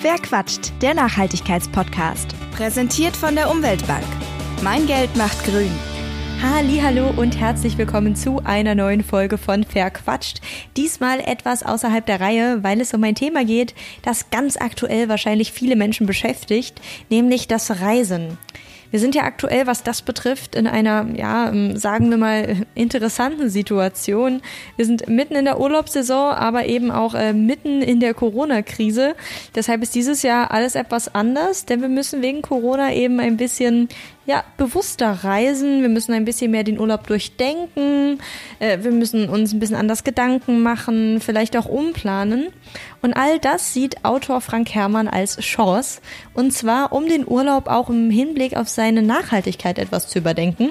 Wer quatscht? Der Nachhaltigkeitspodcast. Präsentiert von der Umweltbank. Mein Geld macht grün. Hallihallo und herzlich willkommen zu einer neuen Folge von Verquatscht. Diesmal etwas außerhalb der Reihe, weil es um ein Thema geht, das ganz aktuell wahrscheinlich viele Menschen beschäftigt, nämlich das Reisen. Wir sind ja aktuell, was das betrifft, in einer, sagen wir mal, interessanten Situation. Wir sind mitten in der Urlaubssaison, aber eben auch mitten in der Corona-Krise. Deshalb ist dieses Jahr alles etwas anders, denn wir müssen wegen Corona eben ein bisschen bewusster reisen. Wir müssen ein bisschen mehr den Urlaub durchdenken. Wir müssen uns ein bisschen anders Gedanken machen, vielleicht auch umplanen. Und all das sieht Autor Frank Herrmann als Chance. Und zwar, um den Urlaub auch im Hinblick auf seine Nachhaltigkeit etwas zu überdenken.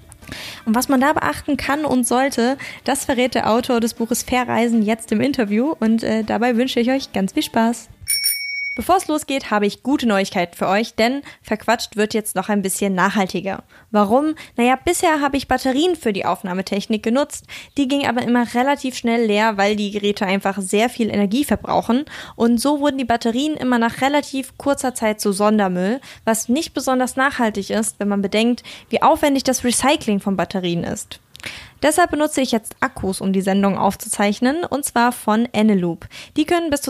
Und was man da beachten kann und sollte, das verrät der Autor des Buches Verreisen jetzt im Interview. Und dabei wünsche ich euch ganz viel Spaß. Bevor es losgeht, habe ich gute Neuigkeiten für euch, denn Verquatscht wird jetzt noch ein bisschen nachhaltiger. Warum? Bisher habe ich Batterien für die Aufnahmetechnik genutzt, die ging aber immer relativ schnell leer, weil die Geräte einfach sehr viel Energie verbrauchen und so wurden die Batterien immer nach relativ kurzer Zeit zu Sondermüll, was nicht besonders nachhaltig ist, wenn man bedenkt, wie aufwendig das Recycling von Batterien ist. Deshalb benutze ich jetzt Akkus, um die Sendung aufzuzeichnen, und zwar von Eneloop. Die können bis zu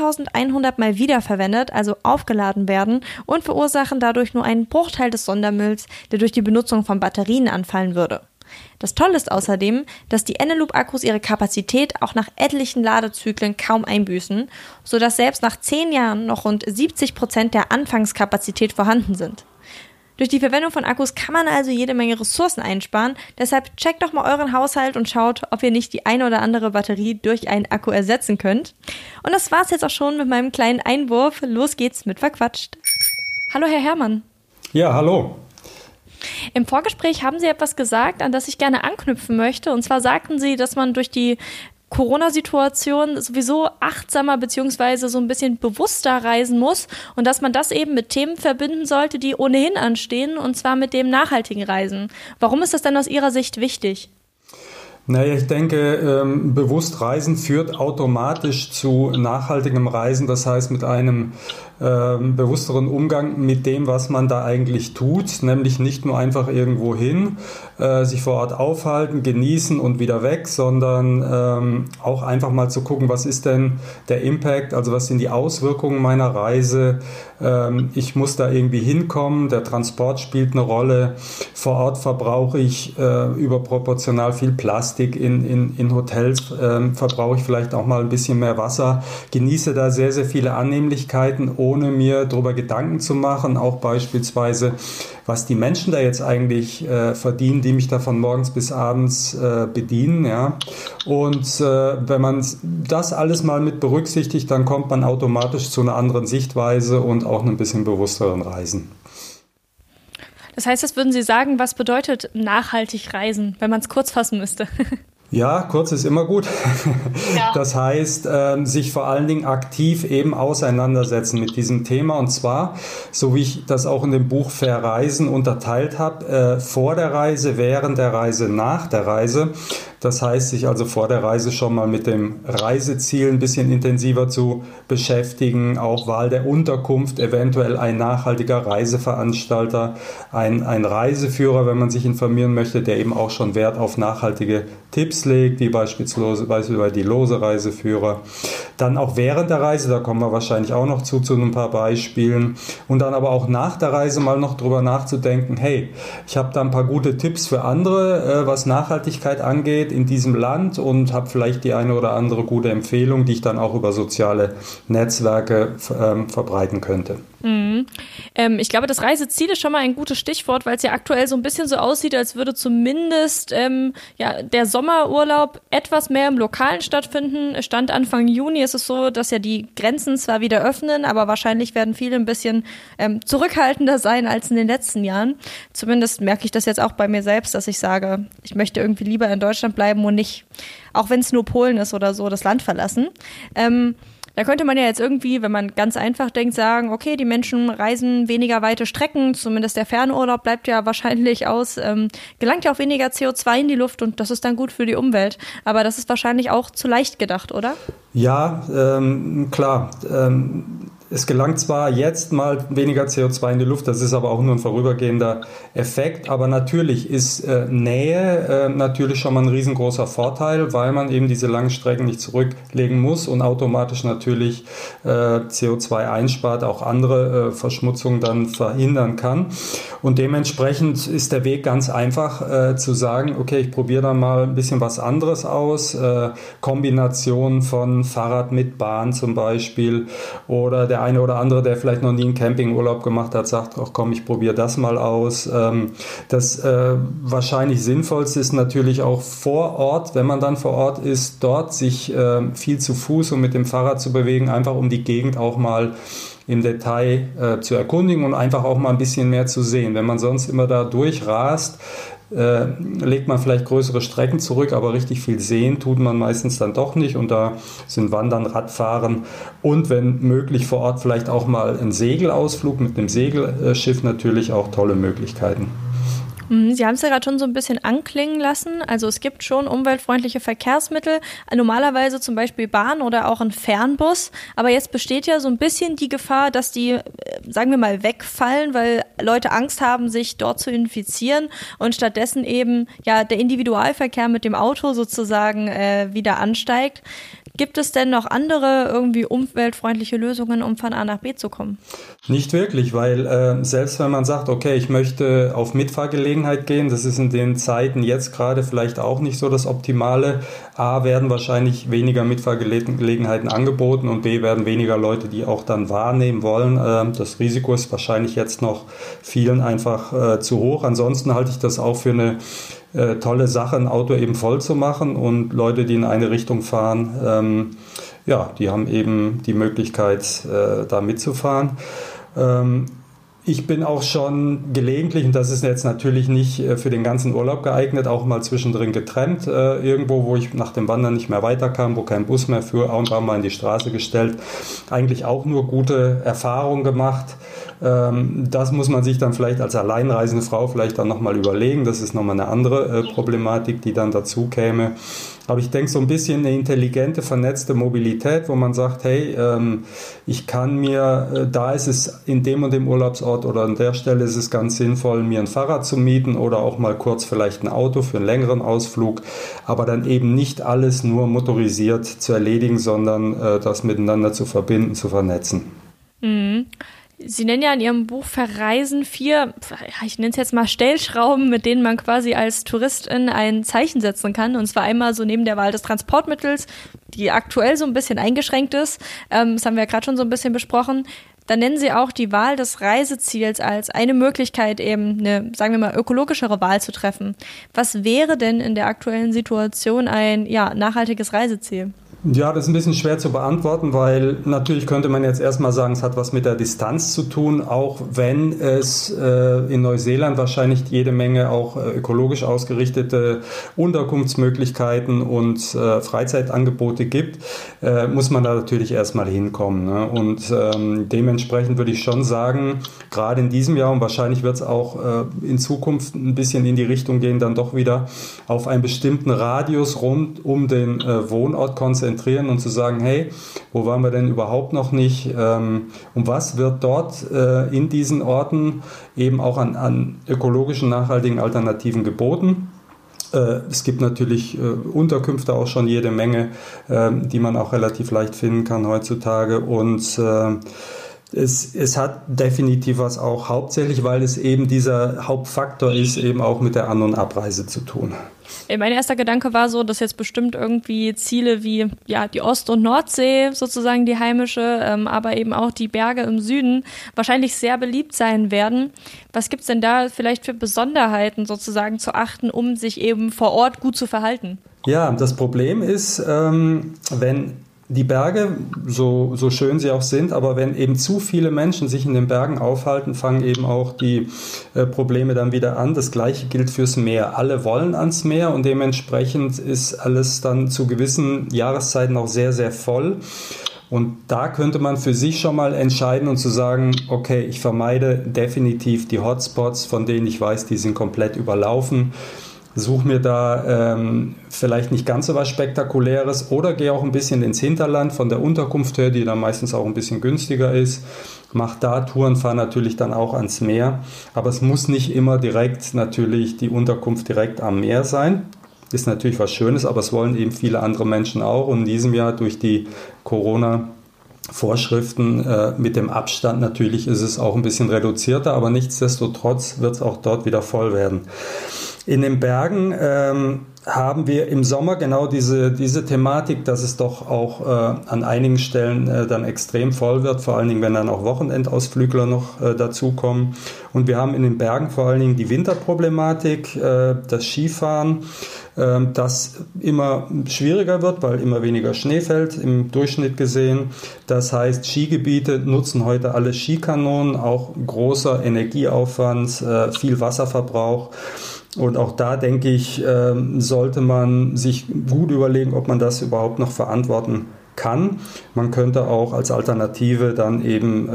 2100 Mal wiederverwendet, also aufgeladen werden und verursachen dadurch nur einen Bruchteil des Sondermülls, der durch die Benutzung von Batterien anfallen würde. Das Tolle ist außerdem, dass die Eneloop-Akkus ihre Kapazität auch nach etlichen Ladezyklen kaum einbüßen, sodass selbst nach 10 Jahren noch rund 70% der Anfangskapazität vorhanden sind. Durch die Verwendung von Akkus kann man also jede Menge Ressourcen einsparen, deshalb checkt doch mal euren Haushalt und schaut, ob ihr nicht die eine oder andere Batterie durch einen Akku ersetzen könnt. Und das war's jetzt auch schon mit meinem kleinen Einwurf. Los geht's mit Verquatscht. Hallo Herr Herrmann. Ja, hallo. Im Vorgespräch haben Sie etwas gesagt, an das ich gerne anknüpfen möchte. Und zwar sagten Sie, dass man durch die Corona-Situation sowieso achtsamer bzw. so ein bisschen bewusster reisen muss und dass man das eben mit Themen verbinden sollte, die ohnehin anstehen, und zwar mit dem nachhaltigen Reisen. Warum ist das denn aus Ihrer Sicht wichtig? Naja, ich denke, bewusst Reisen führt automatisch zu nachhaltigem Reisen, das heißt mit einem bewussteren Umgang mit dem, was man da eigentlich tut, nämlich nicht nur einfach irgendwo hin, sich vor Ort aufhalten, genießen und wieder weg, sondern auch einfach mal zu gucken, was ist denn der Impact, also was sind die Auswirkungen meiner Reise, ich muss da irgendwie hinkommen, der Transport spielt eine Rolle, vor Ort verbrauche ich überproportional viel Plastik, in Hotels verbrauche ich vielleicht auch mal ein bisschen mehr Wasser, genieße da sehr, sehr viele Annehmlichkeiten, ohne mir darüber Gedanken zu machen, auch beispielsweise, was die Menschen da jetzt eigentlich verdienen, die mich da von morgens bis abends bedienen. Ja? Und wenn man das alles mal mit berücksichtigt, dann kommt man automatisch zu einer anderen Sichtweise und auch einem bisschen bewussteren Reisen. Das heißt, das würden Sie sagen, was bedeutet nachhaltig reisen, wenn man es kurz fassen müsste? Ja, kurz ist immer gut. Ja. Das heißt, sich vor allen Dingen aktiv eben auseinandersetzen mit diesem Thema. Und zwar, so wie ich das auch in dem Buch Verreisen unterteilt habe, vor der Reise, während der Reise, nach der Reise. Das heißt, sich also vor der Reise schon mal mit dem Reiseziel ein bisschen intensiver zu beschäftigen, auch Wahl der Unterkunft, eventuell ein nachhaltiger Reiseveranstalter, ein Reiseführer, wenn man sich informieren möchte, der eben auch schon Wert auf nachhaltige Tipps legt, wie beispielsweise die Lose-Reiseführer. Dann auch während der Reise, da kommen wir wahrscheinlich auch noch zu ein paar Beispielen. Und dann aber auch nach der Reise mal noch drüber nachzudenken, hey, ich habe da ein paar gute Tipps für andere, was Nachhaltigkeit angeht in diesem Land, und habe vielleicht die eine oder andere gute Empfehlung, die ich dann auch über soziale Netzwerke verbreiten könnte. Mhm. Ich glaube, das Reiseziel ist schon mal ein gutes Stichwort, weil es ja aktuell so ein bisschen so aussieht, als würde zumindest der Sommerurlaub etwas mehr im Lokalen stattfinden. Stand Anfang Juni ist es so, dass ja die Grenzen zwar wieder öffnen, aber wahrscheinlich werden viele ein bisschen zurückhaltender sein als in den letzten Jahren. Zumindest merke ich das jetzt auch bei mir selbst, dass ich sage, ich möchte irgendwie lieber in Deutschland bleiben und nicht, auch wenn es nur Polen ist oder so, das Land verlassen. Da könnte man ja jetzt irgendwie, wenn man ganz einfach denkt, sagen, okay, die Menschen reisen weniger weite Strecken, zumindest der Fernurlaub bleibt ja wahrscheinlich aus, gelangt ja auch weniger CO2 in die Luft und das ist dann gut für die Umwelt. Aber das ist wahrscheinlich auch zu leicht gedacht, oder? Ja, klar. Es gelangt zwar jetzt mal weniger CO2 in die Luft, das ist aber auch nur ein vorübergehender Effekt, aber natürlich ist Nähe natürlich schon mal ein riesengroßer Vorteil, weil man eben diese langen Strecken nicht zurücklegen muss und automatisch natürlich CO2 einspart, auch andere Verschmutzungen dann verhindern kann. Und dementsprechend ist der Weg ganz einfach zu sagen, okay, ich probiere dann mal ein bisschen was anderes aus, Kombination von Fahrrad mit Bahn zum Beispiel, oder der eine oder andere, der vielleicht noch nie einen Campingurlaub gemacht hat, sagt, ach komm, ich probiere das mal aus. Das wahrscheinlich Sinnvollste ist natürlich auch vor Ort, wenn man dann vor Ort ist, dort sich viel zu Fuß und mit dem Fahrrad zu bewegen, einfach um die Gegend auch mal im Detail zu erkundigen und einfach auch mal ein bisschen mehr zu sehen. Wenn man sonst immer da durchrast, legt man vielleicht größere Strecken zurück, aber richtig viel sehen tut man meistens dann doch nicht, und da sind Wandern, Radfahren und wenn möglich vor Ort vielleicht auch mal ein Segelausflug mit einem Segelschiff natürlich auch tolle Möglichkeiten. Sie haben es ja gerade schon so ein bisschen anklingen lassen. Also es gibt schon umweltfreundliche Verkehrsmittel, normalerweise zum Beispiel Bahn oder auch ein Fernbus. Aber jetzt besteht ja so ein bisschen die Gefahr, dass die, sagen wir mal, wegfallen, weil Leute Angst haben, sich dort zu infizieren und stattdessen eben ja der Individualverkehr mit dem Auto sozusagen wieder ansteigt. Gibt es denn noch andere irgendwie umweltfreundliche Lösungen, um von A nach B zu kommen? Nicht wirklich, weil selbst wenn man sagt, okay, ich möchte auf Mitfahrgelegenheit gehen, das ist in den Zeiten jetzt gerade vielleicht auch nicht so das Optimale. A, werden wahrscheinlich weniger Mitfahrgelegenheiten angeboten und B, werden weniger Leute, die auch dann wahrnehmen wollen. Das Risiko ist wahrscheinlich jetzt noch vielen einfach zu hoch. Ansonsten halte ich das auch für eine tolle Sache, ein Auto eben voll zu machen, und Leute, die in eine Richtung fahren, die haben eben die Möglichkeit, da mitzufahren. Ich bin auch schon gelegentlich, und das ist jetzt natürlich nicht für den ganzen Urlaub geeignet, auch mal zwischendrin getrennt, irgendwo, wo ich nach dem Wandern nicht mehr weiterkam, wo kein Bus mehr fuhr, auch mal in die Straße gestellt. Eigentlich auch nur gute Erfahrungen gemacht. Das muss man sich dann vielleicht als alleinreisende Frau vielleicht dann nochmal überlegen. Das ist nochmal eine andere Problematik, die dann dazu käme. Aber ich denke, so ein bisschen eine intelligente, vernetzte Mobilität, wo man sagt, hey, ich kann mir, da ist es in dem und dem Urlaubsort oder an der Stelle ist es ganz sinnvoll, mir ein Fahrrad zu mieten oder auch mal kurz vielleicht ein Auto für einen längeren Ausflug, aber dann eben nicht alles nur motorisiert zu erledigen, sondern das miteinander zu verbinden, zu vernetzen. Mhm. Sie nennen ja in Ihrem Buch Verreisen 4, ich nenne es jetzt mal Stellschrauben, mit denen man quasi als Touristin ein Zeichen setzen kann. Und zwar einmal so neben der Wahl des Transportmittels, die aktuell so ein bisschen eingeschränkt ist. Das haben wir ja gerade schon so ein bisschen besprochen. Dann nennen Sie auch die Wahl des Reiseziels als eine Möglichkeit, eben eine, sagen wir mal, ökologischere Wahl zu treffen. Was wäre denn in der aktuellen Situation ein nachhaltiges Reiseziel? Ja, das ist ein bisschen schwer zu beantworten, weil natürlich könnte man jetzt erstmal sagen, es hat was mit der Distanz zu tun, auch wenn es in Neuseeland wahrscheinlich jede Menge auch ökologisch ausgerichtete Unterkunftsmöglichkeiten und Freizeitangebote gibt, muss man da natürlich erstmal hinkommen, ne? Und dementsprechend würde ich schon sagen, gerade in diesem Jahr und wahrscheinlich wird es auch in Zukunft ein bisschen in die Richtung gehen, dann doch wieder auf einen bestimmten Radius rund um den Wohnort konzentrieren und zu sagen, hey, wo waren wir denn überhaupt noch nicht? Und was wird dort in diesen Orten eben auch an ökologischen, nachhaltigen Alternativen geboten? Es gibt natürlich Unterkünfte auch schon jede Menge, die man auch relativ leicht finden kann heutzutage, und es hat definitiv was auch hauptsächlich, weil es eben dieser Hauptfaktor ist, eben auch mit der An- und Abreise zu tun. Mein erster Gedanke war so, dass jetzt bestimmt irgendwie Ziele wie die Ost- und Nordsee, sozusagen die heimische, aber eben auch die Berge im Süden wahrscheinlich sehr beliebt sein werden. Was gibt's denn da vielleicht für Besonderheiten sozusagen zu achten, um sich eben vor Ort gut zu verhalten? Ja, das Problem ist, wenn die Berge, so schön sie auch sind, aber wenn eben zu viele Menschen sich in den Bergen aufhalten, fangen eben auch die Probleme dann wieder an. Das Gleiche gilt fürs Meer. Alle wollen ans Meer und dementsprechend ist alles dann zu gewissen Jahreszeiten auch sehr, sehr voll. Und da könnte man für sich schon mal entscheiden und zu sagen, okay, ich vermeide definitiv die Hotspots, von denen ich weiß, die sind komplett überlaufen. suche mir da vielleicht nicht ganz so was Spektakuläres oder gehe auch ein bisschen ins Hinterland von der Unterkunft her, die dann meistens auch ein bisschen günstiger ist. Mache da Touren, fahre natürlich dann auch ans Meer, aber es muss nicht immer direkt natürlich die Unterkunft direkt am Meer sein. Ist natürlich was Schönes, aber es wollen eben viele andere Menschen auch und in diesem Jahr durch die Corona-Vorschriften mit dem Abstand natürlich ist es auch ein bisschen reduzierter, aber nichtsdestotrotz wird es auch dort wieder voll werden. In den Bergen haben wir im Sommer genau diese Thematik, dass es doch auch an einigen Stellen dann extrem voll wird, vor allen Dingen, wenn dann auch Wochenendausflügler noch dazukommen. Und wir haben in den Bergen vor allen Dingen die Winterproblematik, das Skifahren, das immer schwieriger wird, weil immer weniger Schnee fällt, im Durchschnitt gesehen. Das heißt, Skigebiete nutzen heute alle Skikanonen, auch großer Energieaufwand, viel Wasserverbrauch. Und auch da, denke ich, sollte man sich gut überlegen, ob man das überhaupt noch verantworten kann. Man könnte auch als Alternative dann eben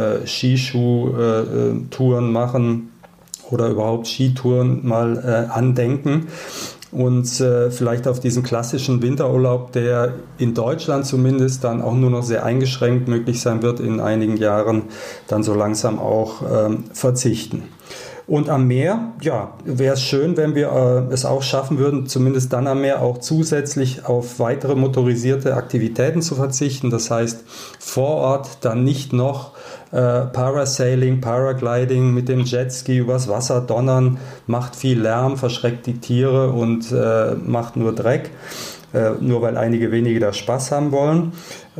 Skischuh-Touren machen oder überhaupt Skitouren mal andenken. Und vielleicht auf diesen klassischen Winterurlaub, der in Deutschland zumindest dann auch nur noch sehr eingeschränkt möglich sein wird, in einigen Jahren dann so langsam auch verzichten. Und am Meer, ja, wäre es schön, wenn wir es auch schaffen würden, zumindest dann am Meer auch zusätzlich auf weitere motorisierte Aktivitäten zu verzichten. Das heißt, vor Ort dann nicht noch Parasailing, Paragliding mit dem Jetski übers Wasser donnern, macht viel Lärm, verschreckt die Tiere und macht nur Dreck. Nur weil einige wenige da Spaß haben wollen.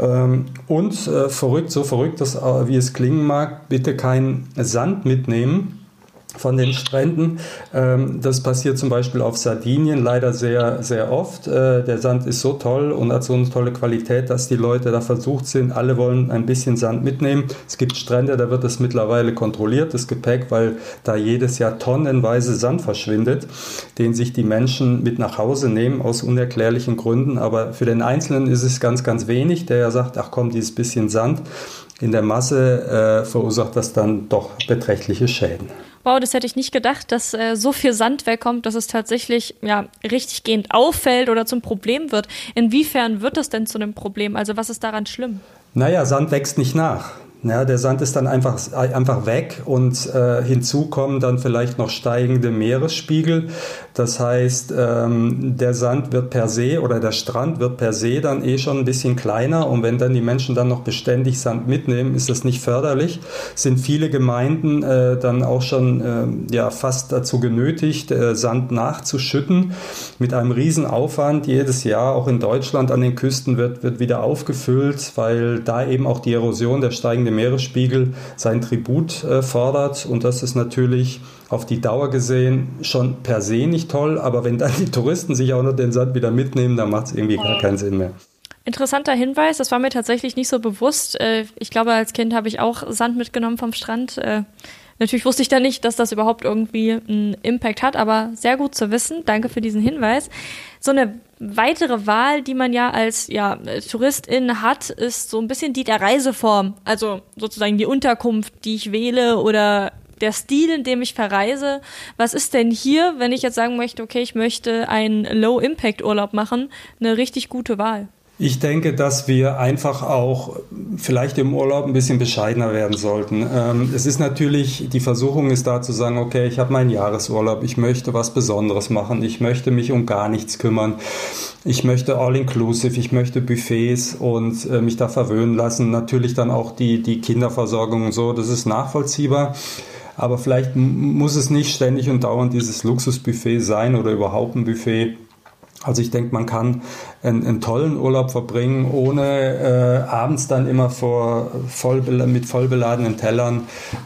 Und so verrückt das, wie es klingen mag, bitte keinen Sand mitnehmen von den Stränden. Das passiert zum Beispiel auf Sardinien leider sehr, sehr oft. Der Sand ist so toll und hat so eine tolle Qualität, dass die Leute da versucht sind, alle wollen ein bisschen Sand mitnehmen. Es gibt Strände, da wird es mittlerweile kontrolliert, das Gepäck, weil da jedes Jahr tonnenweise Sand verschwindet, den sich die Menschen mit nach Hause nehmen, aus unerklärlichen Gründen. Aber für den Einzelnen ist es ganz, ganz wenig, der ja sagt, ach komm, dieses bisschen Sand. In der Masse verursacht das dann doch beträchtliche Schäden. Wow, das hätte ich nicht gedacht, dass so viel Sand wegkommt, dass es tatsächlich richtiggehend auffällt oder zum Problem wird. Inwiefern wird es denn zu einem Problem? Also was ist daran schlimm? Naja, Sand wächst nicht nach. Ja, der Sand ist dann einfach weg und hinzu kommen dann vielleicht noch steigende Meeresspiegel. Das heißt, der Sand wird per se oder der Strand wird per se dann schon ein bisschen kleiner und wenn dann die Menschen dann noch beständig Sand mitnehmen, ist das nicht förderlich. Sind viele Gemeinden dann auch schon fast dazu genötigt, Sand nachzuschütten mit einem riesen Aufwand. Jedes Jahr, auch in Deutschland an den Küsten wird wieder aufgefüllt, weil da eben auch die Erosion, der steigende Meeresspiegel sein Tribut fordert und das ist natürlich auf die Dauer gesehen schon per se nicht toll, aber wenn dann die Touristen sich auch noch den Sand wieder mitnehmen, dann macht es irgendwie gar keinen Sinn mehr. Interessanter Hinweis, das war mir tatsächlich nicht so bewusst. Ich glaube, als Kind habe ich auch Sand mitgenommen vom Strand. Natürlich wusste ich da nicht, dass das überhaupt irgendwie einen Impact hat, aber sehr gut zu wissen. Danke für diesen Hinweis. So eine weitere Wahl, die man ja als Touristin hat, ist so ein bisschen die der Reiseform. Also sozusagen die Unterkunft, die ich wähle oder der Stil, in dem ich verreise. Was ist denn hier, wenn ich jetzt sagen möchte, okay, ich möchte einen Low-Impact-Urlaub machen, eine richtig gute Wahl? Ich denke, dass wir einfach auch vielleicht im Urlaub ein bisschen bescheidener werden sollten. Es ist natürlich, die Versuchung ist da zu sagen, okay, ich habe meinen Jahresurlaub, ich möchte was Besonderes machen, ich möchte mich um gar nichts kümmern, ich möchte all-inclusive, ich möchte Buffets und mich da verwöhnen lassen. Natürlich dann auch die Kinderversorgung und so, das ist nachvollziehbar. Aber vielleicht muss es nicht ständig und dauernd dieses Luxusbuffet sein oder überhaupt ein Buffet. Also ich denke, man kann einen tollen Urlaub verbringen, ohne abends dann immer mit vollbeladenen Tellern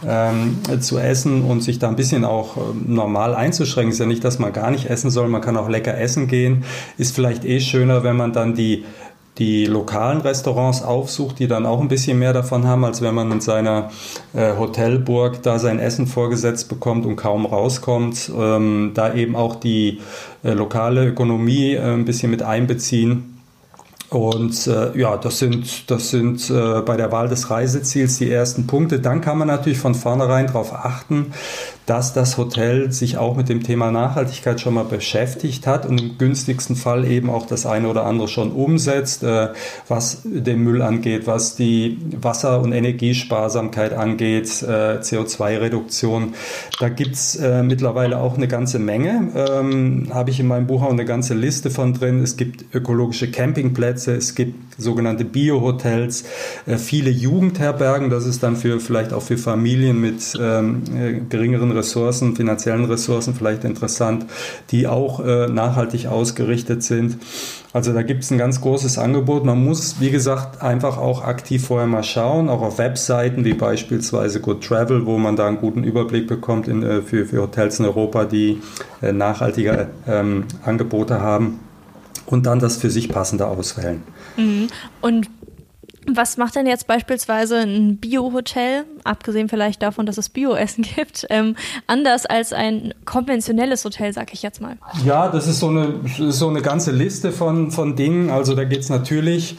zu essen und sich da ein bisschen auch normal einzuschränken. Ist ja nicht, dass man gar nicht essen soll, man kann auch lecker essen gehen. Ist vielleicht schöner, wenn man dann die lokalen Restaurants aufsucht, die dann auch ein bisschen mehr davon haben, als wenn man in seiner Hotelburg da sein Essen vorgesetzt bekommt und kaum rauskommt. Da eben auch die lokale Ökonomie ein bisschen mit einbeziehen. Und das sind bei der Wahl des Reiseziels die ersten Punkte. Dann kann man natürlich von vornherein darauf achten, dass das Hotel sich auch mit dem Thema Nachhaltigkeit schon mal beschäftigt hat und im günstigsten Fall eben auch das eine oder andere schon umsetzt, was den Müll angeht, was die Wasser- und Energiesparsamkeit angeht, CO2-Reduktion. Da gibt's mittlerweile auch eine ganze Menge. Habe ich in meinem Buch auch eine ganze Liste von drin. Es gibt ökologische Campingplätze, es gibt sogenannte Bio-Hotels, viele Jugendherbergen. Das ist dann vielleicht auch für Familien mit geringeren Ressourcen, finanziellen Ressourcen vielleicht interessant, die auch nachhaltig ausgerichtet sind. Also da gibt es ein ganz großes Angebot. Man muss, wie gesagt, einfach auch aktiv vorher mal schauen, auch auf Webseiten wie beispielsweise Good Travel, wo man da einen guten Überblick bekommt für Hotels in Europa, die nachhaltige Angebote haben, und dann das für sich passende auswählen. Mhm. Und was macht denn jetzt beispielsweise ein Bio-Hotel, abgesehen vielleicht davon, dass es Bio-Essen gibt, anders als ein konventionelles Hotel, sag ich jetzt mal? Ja, das ist so eine ganze Liste von Dingen. Also da geht es natürlich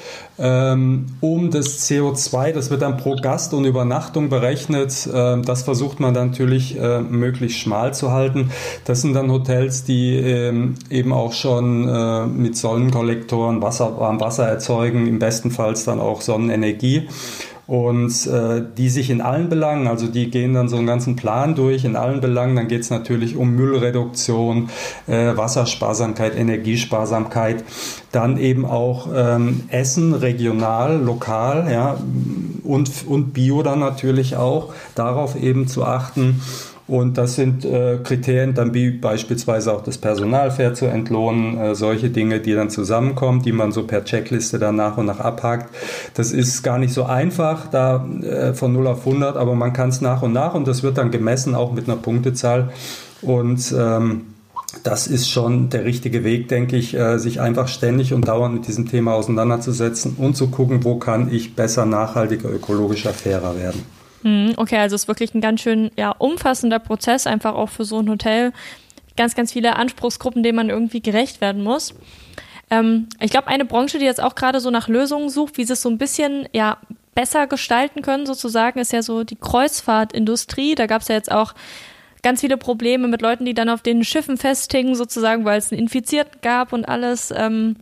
um das CO2, das wird dann pro Gast und Übernachtung berechnet. Das versucht man dann natürlich möglichst schmal zu halten. Das sind dann Hotels, die eben auch schon mit Sonnenkollektoren warm Wasser erzeugen, im besten Fall dann auch Sonnenenergie. Und die sich in allen Belangen, also die gehen dann so einen ganzen Plan durch, in allen Belangen, dann geht es natürlich um Müllreduktion, Wassersparsamkeit, Energiesparsamkeit, dann eben auch Essen regional, lokal, ja, und Bio dann natürlich auch, darauf eben zu achten. Und das sind Kriterien, dann wie beispielsweise auch das Personal fair zu entlohnen, solche Dinge, die dann zusammenkommen, die man so per Checkliste dann nach und nach abhakt. Das ist gar nicht so einfach, da von 0 auf 100, aber man kann es nach und nach, und das wird dann gemessen, auch mit einer Punktezahl. Und das ist schon der richtige Weg, denke ich, sich einfach ständig und dauernd mit diesem Thema auseinanderzusetzen und zu gucken, wo kann ich besser, nachhaltiger, ökologischer, fairer werden. Okay, also es ist wirklich ein ganz schön umfassender Prozess, einfach auch für so ein Hotel. Ganz, ganz viele Anspruchsgruppen, denen man irgendwie gerecht werden muss. Ich glaube, eine Branche, die jetzt auch gerade so nach Lösungen sucht, wie sie es so ein bisschen besser gestalten können, sozusagen, ist ja so die Kreuzfahrtindustrie. Da gab es ja jetzt auch ganz viele Probleme mit Leuten, die dann auf den Schiffen festhingen, sozusagen, weil es einen Infizierten gab und alles.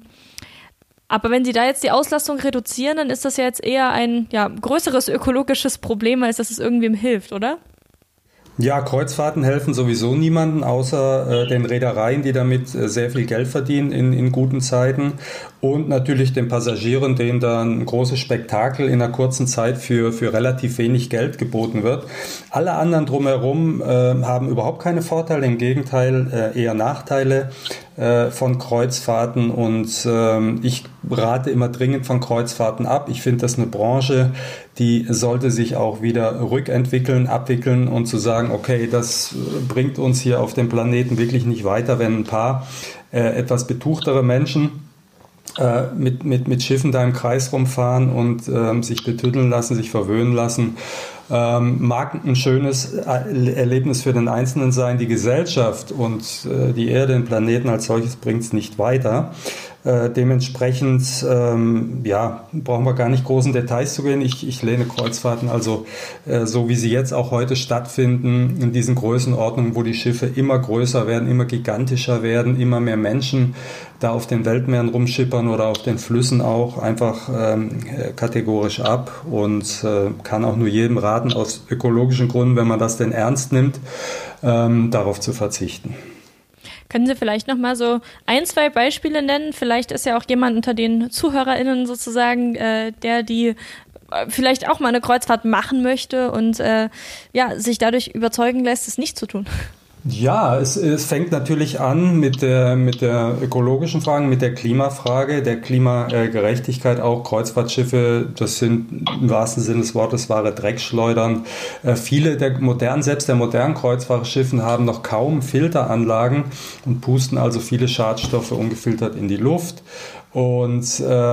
Aber wenn Sie da jetzt die Auslastung reduzieren, dann ist das ja jetzt eher ein größeres ökologisches Problem, als dass es irgendwem hilft, oder? Ja, Kreuzfahrten helfen sowieso niemandem, außer den Reedereien, die damit sehr viel Geld verdienen in guten Zeiten, und natürlich den Passagieren, denen dann ein großes Spektakel in einer kurzen Zeit für relativ wenig Geld geboten wird. Alle anderen drumherum haben überhaupt keine Vorteile, im Gegenteil eher Nachteile von Kreuzfahrten, und ich rate immer dringend von Kreuzfahrten ab. Ich finde, das ist eine Branche, die sollte sich auch wieder rückentwickeln, abwickeln und zu sagen, okay, das bringt uns hier auf dem Planeten wirklich nicht weiter, wenn ein paar etwas betuchtere Menschen mit Schiffen da im Kreis rumfahren und sich betüddeln lassen, sich verwöhnen lassen. Mag ein schönes Erlebnis für den Einzelnen sein, die Gesellschaft und die Erde, den Planeten als solches bringt es nicht weiter. Dementsprechend brauchen wir gar nicht großen Details zu gehen. Ich lehne Kreuzfahrten also so wie sie jetzt auch heute stattfinden, in diesen Größenordnungen, wo die Schiffe immer größer werden, immer gigantischer werden, immer mehr Menschen da auf den Weltmeeren rumschippern oder auf den Flüssen auch, einfach kategorisch ab, und kann auch nur jedem raten, aus ökologischen Gründen, wenn man das denn ernst nimmt, darauf zu verzichten. Können Sie vielleicht noch mal so 1, 2 Beispiele nennen? Vielleicht ist ja auch jemand unter den ZuhörerInnen sozusagen, der die vielleicht auch mal eine Kreuzfahrt machen möchte und sich dadurch überzeugen lässt, es nicht zu tun. Ja, es fängt natürlich an mit der ökologischen Frage, mit der Klimafrage, der Klimagerechtigkeit auch. Kreuzfahrtschiffe, das sind im wahrsten Sinne des Wortes wahre Dreckschleudern. Viele der modernen Kreuzfahrtschiffen haben noch kaum Filteranlagen und pusten also viele Schadstoffe ungefiltert in die Luft. Und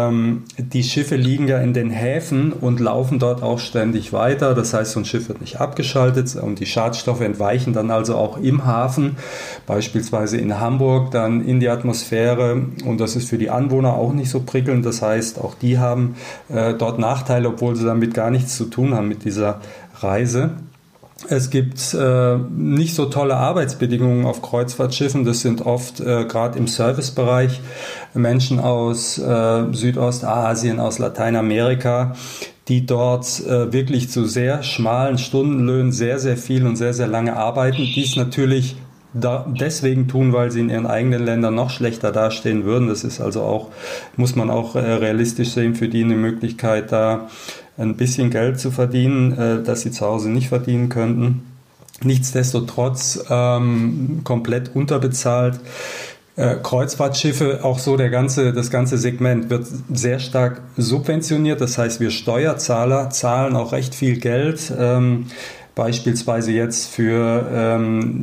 die Schiffe liegen ja in den Häfen und laufen dort auch ständig weiter. Das heißt, so ein Schiff wird nicht abgeschaltet und die Schadstoffe entweichen dann also auch im Hafen, beispielsweise in Hamburg, dann in die Atmosphäre. Und das ist für die Anwohner auch nicht so prickelnd. Das heißt, auch die haben dort Nachteile, obwohl sie damit gar nichts zu tun haben mit dieser Reise. Es gibt nicht so tolle Arbeitsbedingungen auf Kreuzfahrtschiffen. Das sind oft gerade im Servicebereich Menschen aus Südostasien, aus Lateinamerika, die dort wirklich zu sehr schmalen Stundenlöhnen sehr, sehr viel und sehr, sehr lange arbeiten. Dies natürlich deswegen tun, weil sie in ihren eigenen Ländern noch schlechter dastehen würden. Das ist also auch, muss man auch realistisch sehen, für die eine Möglichkeit, da ein bisschen Geld zu verdienen, das sie zu Hause nicht verdienen könnten. Nichtsdestotrotz komplett unterbezahlt. Kreuzfahrtschiffe, auch so das ganze Segment wird sehr stark subventioniert. Das heißt, wir Steuerzahler zahlen auch recht viel Geld. Beispielsweise jetzt für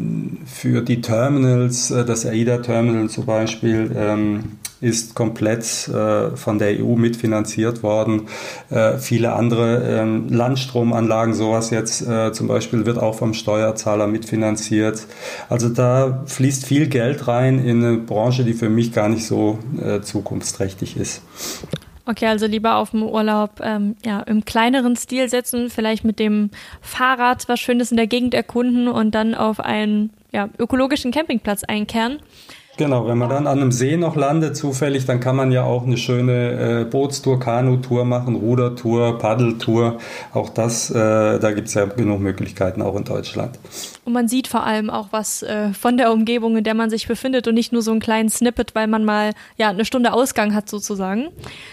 die Terminals, das AIDA-Terminal zum Beispiel, ist komplett von der EU mitfinanziert worden. Viele andere Landstromanlagen, sowas jetzt zum Beispiel, wird auch vom Steuerzahler mitfinanziert. Also da fließt viel Geld rein in eine Branche, die für mich gar nicht so zukunftsträchtig ist. Okay, also lieber auf dem Urlaub im kleineren Stil setzen, vielleicht mit dem Fahrrad was Schönes in der Gegend erkunden und dann auf einen ökologischen Campingplatz einkehren. Genau, wenn man dann an einem See noch landet zufällig, dann kann man ja auch eine schöne Bootstour, Kanutour machen, Rudertour, Paddeltour. Auch das, da gibt es ja genug Möglichkeiten auch in Deutschland. Und man sieht vor allem auch was von der Umgebung, in der man sich befindet und nicht nur so einen kleinen Snippet, weil man mal eine Stunde Ausgang hat sozusagen.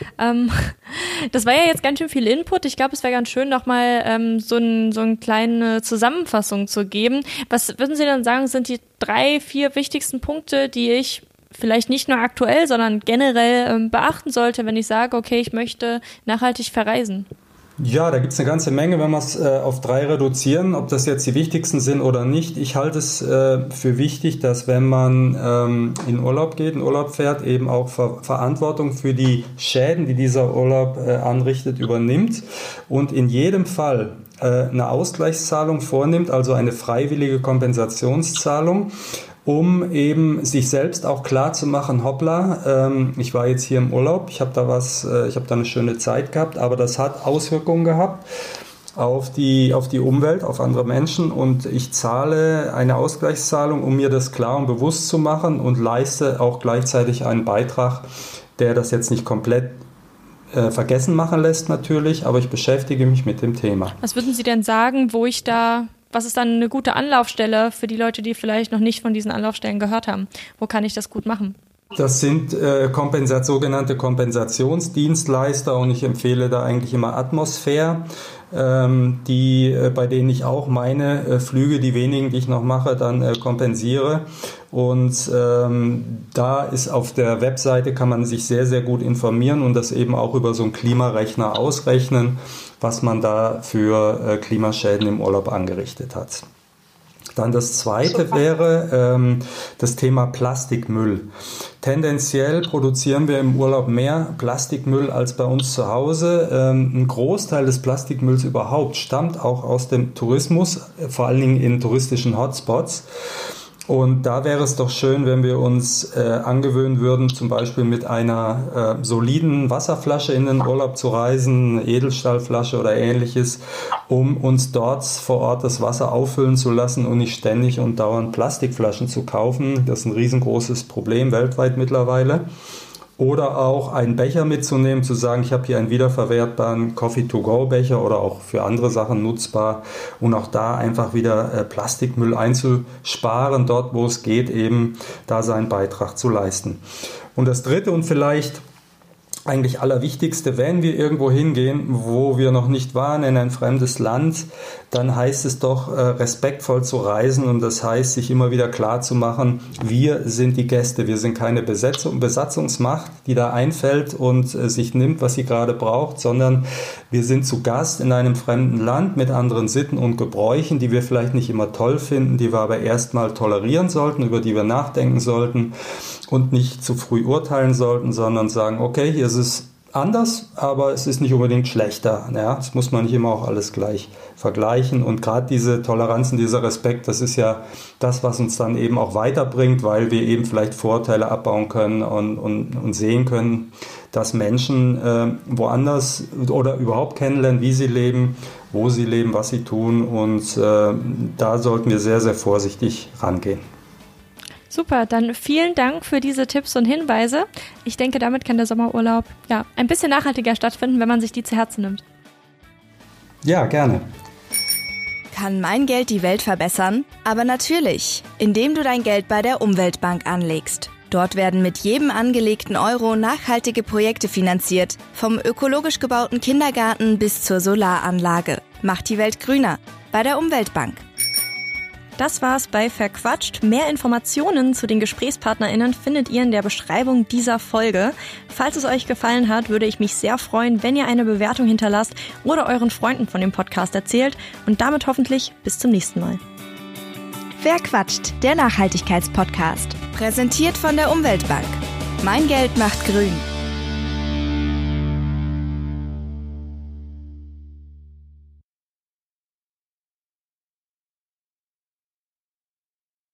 Das war ja jetzt ganz schön viel Input. Ich glaube, es wäre ganz schön, nochmal so eine kleine Zusammenfassung zu geben. Was würden Sie dann sagen, sind die 3, 4 wichtigsten Punkte, die ich vielleicht nicht nur aktuell, sondern generell beachten sollte, wenn ich sage, okay, ich möchte nachhaltig verreisen? Ja, da gibt es eine ganze Menge, wenn wir es auf 3 reduzieren, ob das jetzt die wichtigsten sind oder nicht. Ich halte es für wichtig, dass wenn man in Urlaub geht, in Urlaub fährt, eben auch Verantwortung für die Schäden, die dieser Urlaub anrichtet, übernimmt und in jedem Fall eine Ausgleichszahlung vornimmt, also eine freiwillige Kompensationszahlung, um eben sich selbst auch klar zu machen, hoppla, ich war jetzt hier im Urlaub, ich habe da eine schöne Zeit gehabt, aber das hat Auswirkungen gehabt auf die Umwelt, auf andere Menschen und ich zahle eine Ausgleichszahlung, um mir das klar und bewusst zu machen und leiste auch gleichzeitig einen Beitrag, der das jetzt nicht komplett vergessen machen lässt natürlich, aber ich beschäftige mich mit dem Thema. Was würden Sie denn sagen, was ist dann eine gute Anlaufstelle für die Leute, die vielleicht noch nicht von diesen Anlaufstellen gehört haben? Wo kann ich das gut machen? Das sind sogenannte Kompensationsdienstleister und ich empfehle da eigentlich immer Atmosphäre, bei denen ich auch meine Flüge, die wenigen, die ich noch mache, dann kompensiere. Und da ist auf der Webseite, kann man sich sehr, sehr gut informieren und das eben auch über so einen Klimarechner ausrechnen, was man da für Klimaschäden im Urlaub angerichtet hat. Dann das zweite wäre das Thema Plastikmüll. Tendenziell produzieren wir im Urlaub mehr Plastikmüll als bei uns zu Hause. Ein Großteil des Plastikmülls überhaupt stammt auch aus dem Tourismus, vor allen Dingen in touristischen Hotspots. Und da wäre es doch schön, wenn wir uns angewöhnen würden, zum Beispiel mit einer soliden Wasserflasche in den Urlaub zu reisen, eine Edelstahlflasche oder ähnliches, um uns dort vor Ort das Wasser auffüllen zu lassen und nicht ständig und dauernd Plastikflaschen zu kaufen. Das ist ein riesengroßes Problem weltweit mittlerweile. Oder auch einen Becher mitzunehmen, zu sagen, ich habe hier einen wiederverwertbaren Coffee-to-go-Becher oder auch für andere Sachen nutzbar und auch da einfach wieder Plastikmüll einzusparen, dort wo es geht, eben da seinen Beitrag zu leisten. Und das dritte und vielleicht eigentlich Allerwichtigste, wenn wir irgendwo hingehen, wo wir noch nicht waren, in ein fremdes Land, dann heißt es doch, respektvoll zu reisen, und das heißt, sich immer wieder klar zu machen, wir sind die Gäste, wir sind keine Besatzungsmacht, die da einfällt und sich nimmt, was sie gerade braucht, sondern wir sind zu Gast in einem fremden Land mit anderen Sitten und Gebräuchen, die wir vielleicht nicht immer toll finden, die wir aber erstmal tolerieren sollten, über die wir nachdenken sollten und nicht zu früh urteilen sollten, sondern sagen, okay, hier ist es anders, aber es ist nicht unbedingt schlechter. Ja, das muss man nicht immer auch alles gleich vergleichen. Und gerade diese Toleranz und dieser Respekt, das ist ja das, was uns dann eben auch weiterbringt, weil wir eben vielleicht Vorurteile abbauen können und sehen können, dass Menschen woanders oder überhaupt kennenlernen, wie sie leben, wo sie leben, was sie tun. Und da sollten wir sehr, sehr vorsichtig rangehen. Super, dann vielen Dank für diese Tipps und Hinweise. Ich denke, damit kann der Sommerurlaub ein bisschen nachhaltiger stattfinden, wenn man sich die zu Herzen nimmt. Ja, gerne. Kann mein Geld die Welt verbessern? Aber natürlich, indem du dein Geld bei der Umweltbank anlegst. Dort werden mit jedem angelegten Euro nachhaltige Projekte finanziert, vom ökologisch gebauten Kindergarten bis zur Solaranlage. Macht die Welt grüner bei der Umweltbank. Das war's bei Verquatscht. Mehr Informationen zu den GesprächspartnerInnen findet ihr in der Beschreibung dieser Folge. Falls es euch gefallen hat, würde ich mich sehr freuen, wenn ihr eine Bewertung hinterlasst oder euren Freunden von dem Podcast erzählt. Und damit hoffentlich bis zum nächsten Mal. Verquatscht, der Nachhaltigkeitspodcast. Präsentiert von der Umweltbank. Mein Geld macht grün.